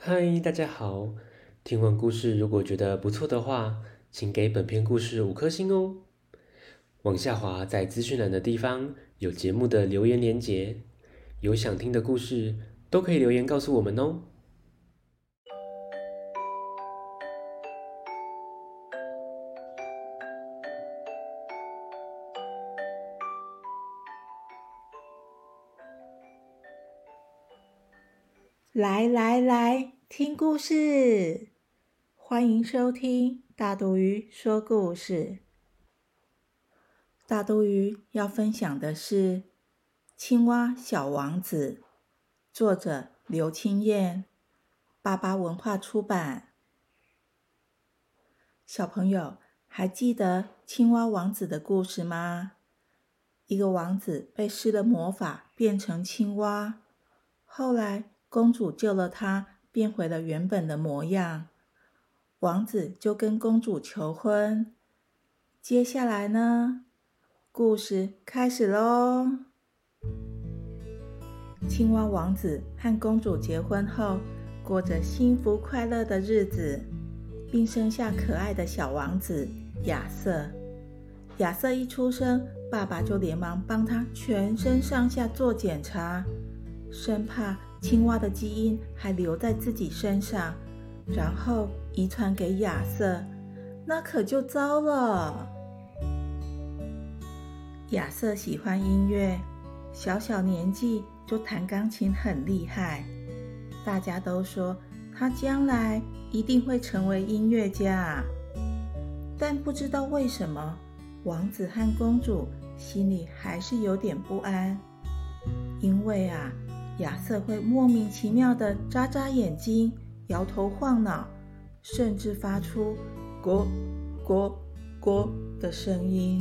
嗨，大家好！听完故事，如果觉得不错的话，请给本篇故事5颗星哦。往下滑，在资讯栏的地方有节目的留言连结，有想听的故事都可以留言告诉我们哦。 来来来，听故事！欢迎收听大肚鱼说故事。大肚鱼要分享的是《青蛙小王子》，作者刘清燕，巴巴文化出版。小朋友还记得青蛙王子的故事吗？一个王子被施了魔法，变成青蛙，后来公主救了他，变回了原本的模样。王子就跟公主求婚。接下来呢？故事开始咯。青蛙王子和公主结婚后，过着幸福快乐的日子，并生下可爱的小王子亚瑟。亚瑟一出生，爸爸就连忙帮他全身上下做检查，生怕青蛙的基因还留在自己身上，然后遗传给亚瑟，那可就糟了。亚瑟喜欢音乐，小小年纪就弹钢琴很厉害，大家都说他将来一定会成为音乐家。但不知道为什么，王子和公主心里还是有点不安，因为亚瑟会莫名其妙地眨眨眼睛，摇头晃脑，甚至发出咕咕咕的声音。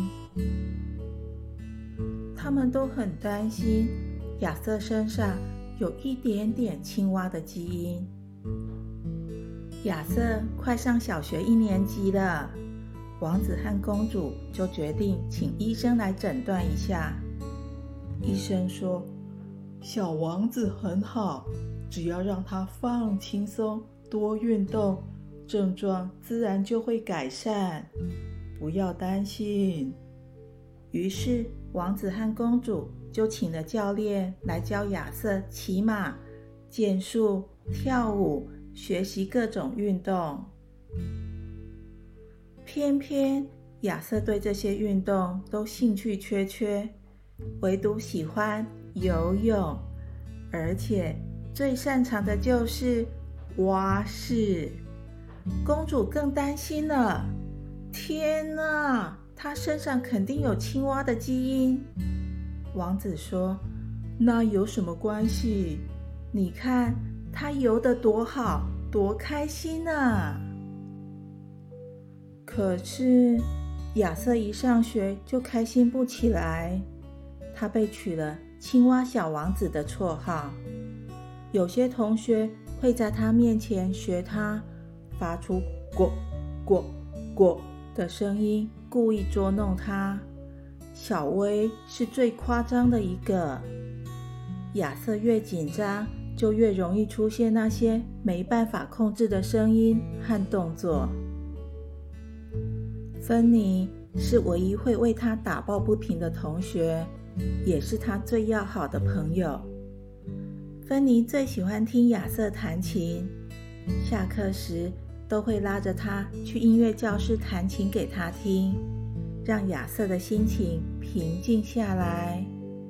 他们都很担心亚瑟身上有一点点青蛙的基因。亚瑟快上小学1年级了，王子和公主就决定请医生来诊断一下。医生说，小王子很好，只要让他放轻松，多运动，症状自然就会改善，不要担心。于是王子和公主就请了教练来教亚瑟骑马、剑术、跳舞，学习各种运动。偏偏亚瑟对这些运动都兴趣缺缺，唯独喜欢游泳，而且最擅长的就是蛙式。公主更担心了，天哪，他身上肯定有青蛙的基因。王子说，那有什么关系？你看他游得多好，多开心啊！可是亚瑟一上学就开心不起来，他被取了青蛙小王子的绰号。有些同学会在他面前学他，发出咕咕咕的声音，故意捉弄他。小薇是最夸张的一个。亚瑟越紧张，就越容易出现那些没办法控制的声音和动作。芬妮是唯一会为他打抱不平的同学，也是他最要好的朋友。芬妮最喜欢听亚瑟弹琴，下课时都会拉着他去音乐教室弹琴给他听，让亚瑟的心情平静下来。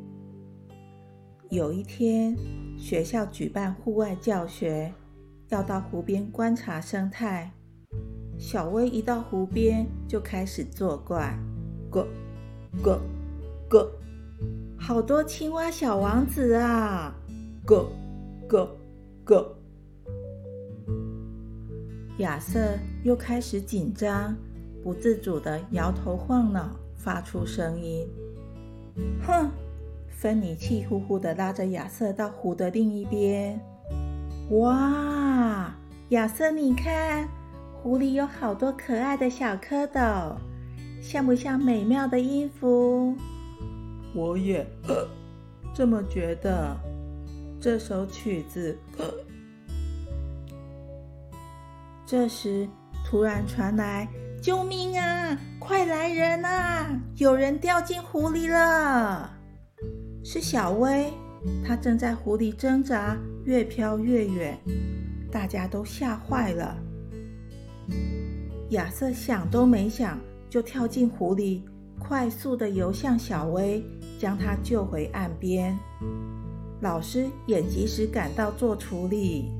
有一天，学校举办户外教学，要到湖边观察生态。小薇一到湖边就开始作怪，咕咕咕，好多青蛙小王子啊，咕咕咕。亚瑟又开始紧张，不自主地摇头晃脑，发出声音。哼！芬妮气呼呼地拉着亚瑟到湖的另一边。哇，亚瑟你看，湖里有好多可爱的小蝌蚪，像不像美妙的音符？我也这么觉得。这首曲子这时突然传来救命啊！快来人啊！有人掉进湖里了！是小薇，她正在湖里挣扎，越飘越远，大家都吓坏了。亚瑟想都没想，就跳进湖里，快速地游向小薇，将她救回岸边。老师也及时赶到做处理。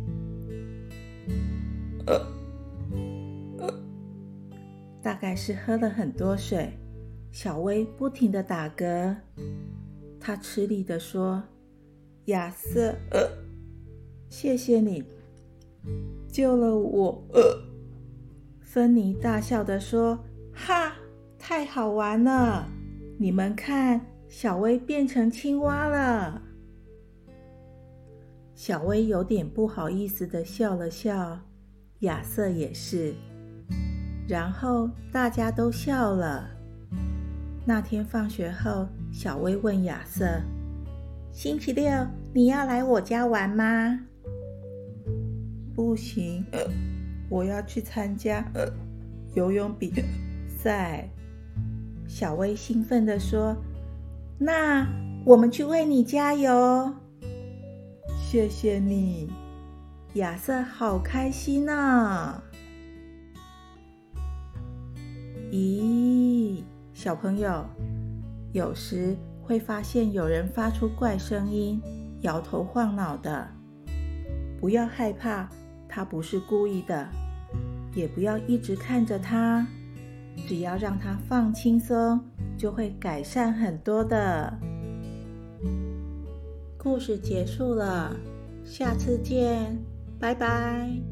大概是喝了很多水，小薇不停地打嗝。她吃力地说：亚瑟，谢谢你救了我。芬妮大笑地说：哈，太好玩了！你们看，小薇变成青蛙了。小薇有点不好意思地笑了笑，亚瑟也是。然后大家都笑了。那天放学后，小薇问亚瑟：星期六你要来我家玩吗？不行，我要去参加游泳比赛。小薇兴奋地说：那我们去为你加油。谢谢你。亚瑟好开心啊。咦，小朋友，有时会发现有人发出怪声音，摇头晃脑的。不要害怕，他不是故意的，也不要一直看着他，只要让他放轻松，就会改善很多的。故事结束了，下次见，拜拜。